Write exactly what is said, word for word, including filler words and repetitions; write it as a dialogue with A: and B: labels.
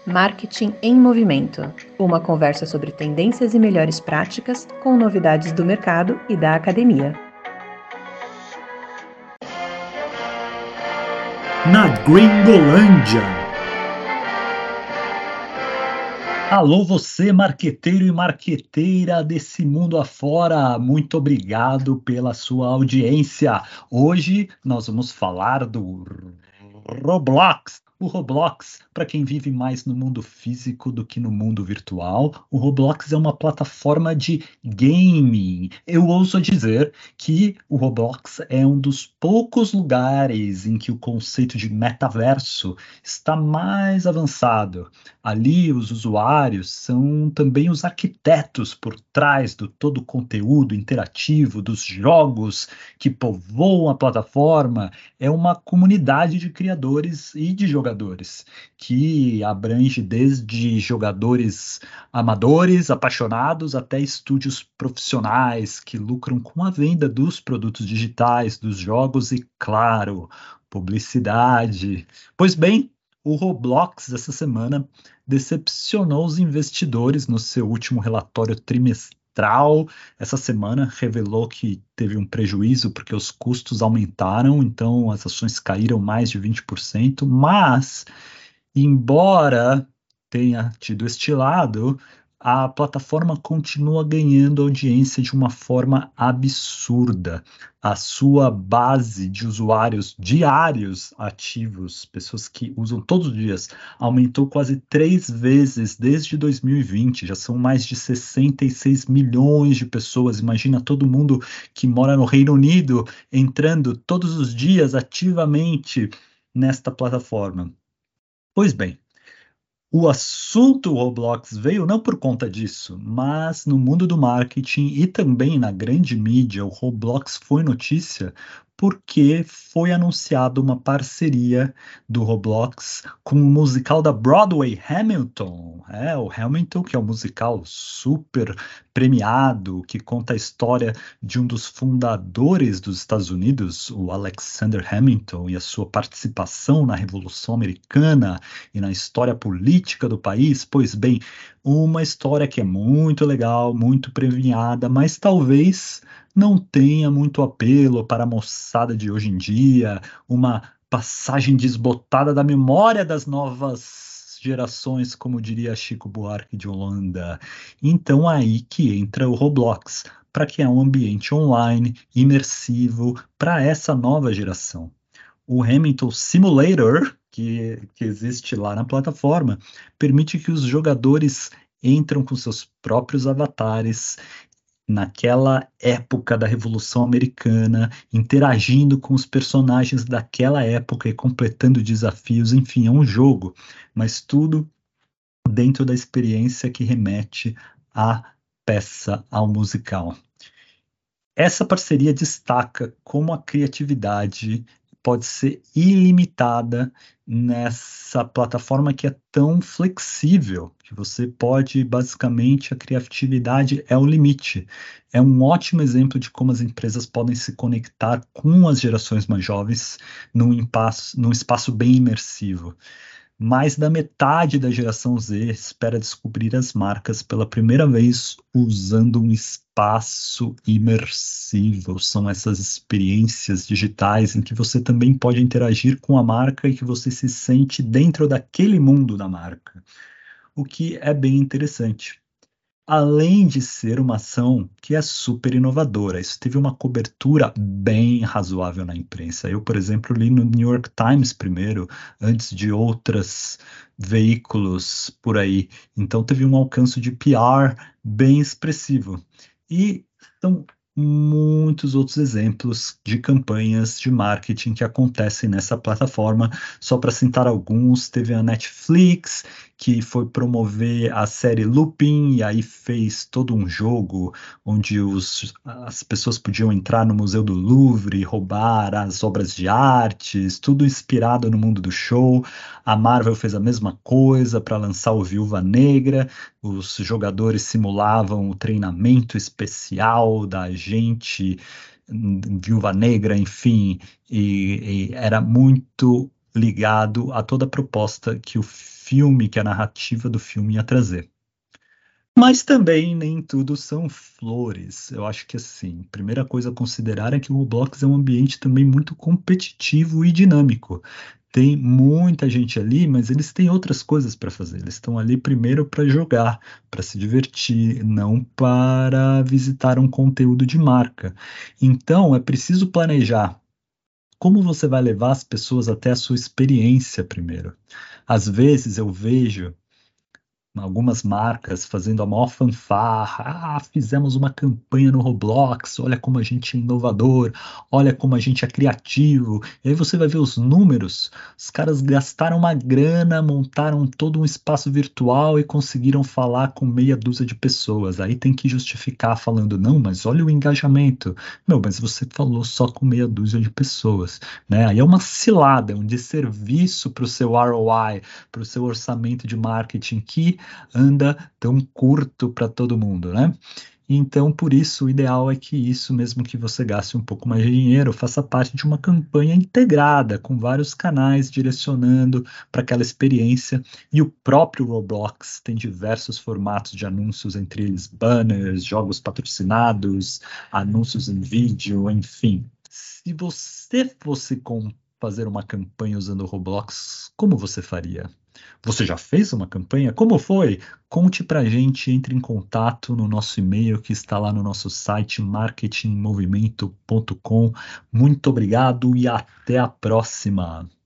A: Marketing em Movimento, uma conversa sobre tendências e melhores práticas com novidades do mercado e da academia.
B: Na Gringolândia. Alô você, marqueteiro e marqueteira desse mundo afora, muito obrigado pela sua audiência. Hoje nós vamos falar do Roblox. O Roblox, para quem vive mais no mundo físico do que no mundo virtual, o Roblox é uma plataforma de gaming. Eu ouso dizer que o Roblox é um dos poucos lugares em que o conceito de metaverso está mais avançado. Ali, os usuários são também os arquitetos por trás do todo o conteúdo interativo, dos jogos que povoam a plataforma. É uma comunidade de criadores e de jogadores, que abrange desde jogadores amadores, apaixonados, até estúdios profissionais que lucram com a venda dos produtos digitais, dos jogos e, claro, publicidade. Pois bem, o Roblox essa semana decepcionou os investidores no seu último relatório trimestral. Essa semana revelou que teve um prejuízo porque os custos aumentaram, então as ações caíram mais de vinte por cento, mas, embora tenha tido este lado, a plataforma continua ganhando audiência de uma forma absurda. A sua base de usuários diários ativos, pessoas que usam todos os dias, aumentou quase três vezes desde dois mil e vinte. Já são mais de sessenta e seis milhões de pessoas. Imagina todo mundo que mora no Reino Unido entrando todos os dias ativamente nesta plataforma. Pois bem, o assunto Roblox veio não por conta disso, mas no mundo do marketing e também na grande mídia, o Roblox foi notícia porque foi anunciada uma parceria do Roblox com o musical da Broadway, Hamilton. É, o Hamilton, que é um musical super premiado, que conta a história de um dos fundadores dos Estados Unidos, o Alexander Hamilton, e a sua participação na Revolução Americana e na história política do país. Pois bem, uma história que é muito legal, muito premiada, mas talvez não tenha muito apelo para a moçada de hoje em dia, uma passagem desbotada da memória das novas gerações, como diria Chico Buarque de Holanda. Então aí que entra o Roblox, para criar um ambiente online imersivo para essa nova geração. O Hamilton Simulator, que, que existe lá na plataforma, permite que os jogadores entram com seus próprios avatares naquela época da Revolução Americana, interagindo com os personagens daquela época e completando desafios. Enfim, é um jogo, mas tudo dentro da experiência que remete à peça, ao musical. Essa parceria destaca como a criatividade pode ser ilimitada nessa plataforma que é tão flexível, que você pode, basicamente, a criatividade é o limite. É um ótimo exemplo de como as empresas podem se conectar com as gerações mais jovens num, impasso, num espaço bem imersivo. Mais da metade da geração Z espera descobrir as marcas pela primeira vez usando um espaço imersivo. São essas experiências digitais em que você também pode interagir com a marca e que você se sente dentro daquele mundo da marca, o que é bem interessante. Além de ser uma ação que é super inovadora, isso teve uma cobertura bem razoável na imprensa. Eu, por exemplo, li no New York Times primeiro, antes de outros veículos por aí. Então teve um alcance de P R bem expressivo. E são muitos outros exemplos de campanhas de marketing que acontecem nessa plataforma. Só para citar alguns, teve a Netflix, que foi promover a série Lupin, e aí fez todo um jogo onde os, as pessoas podiam entrar no Museu do Louvre, roubar as obras de artes, tudo inspirado no mundo do show. A Marvel fez a mesma coisa para lançar o Viúva Negra. Os jogadores simulavam o treinamento especial da gente, Viúva Negra, enfim, e, e era muito ligado a toda a proposta que o filme, que a narrativa do filme ia trazer. Mas também nem tudo são flores. Eu acho que assim, primeira coisa a considerar é que o Roblox é um ambiente também muito competitivo e dinâmico. Tem muita gente ali, mas eles têm outras coisas para fazer. Eles estão ali primeiro para jogar, para se divertir, não para visitar um conteúdo de marca. Então, é preciso planejar como você vai levar as pessoas até a sua experiência primeiro. Às vezes eu vejo algumas marcas fazendo a maior fanfarra. Ah, fizemos uma campanha no Roblox, olha como a gente é inovador, olha como a gente é criativo. E aí você vai ver os números. Os caras gastaram uma grana, montaram todo um espaço virtual e conseguiram falar com meia dúzia de pessoas. Aí tem que justificar falando, não, mas olha o engajamento. Meu, mas você falou só com meia dúzia de pessoas, né? Aí é uma cilada, é um desserviço para o seu R O I, para o seu orçamento de marketing que anda tão curto para todo mundo, né? Então, por isso, o ideal é que isso, mesmo que você gaste um pouco mais de dinheiro, faça parte de uma campanha integrada, com vários canais direcionando para aquela experiência. E o próprio Roblox tem diversos formatos de anúncios, entre eles banners, jogos patrocinados, anúncios em vídeo, enfim. Se você fosse com- fazer uma campanha usando o Roblox, como você faria? Você já fez uma campanha? Como foi? Conte pra gente, entre em contato no nosso e-mail que está lá no nosso site marketing movimento ponto com. Muito obrigado e até a próxima!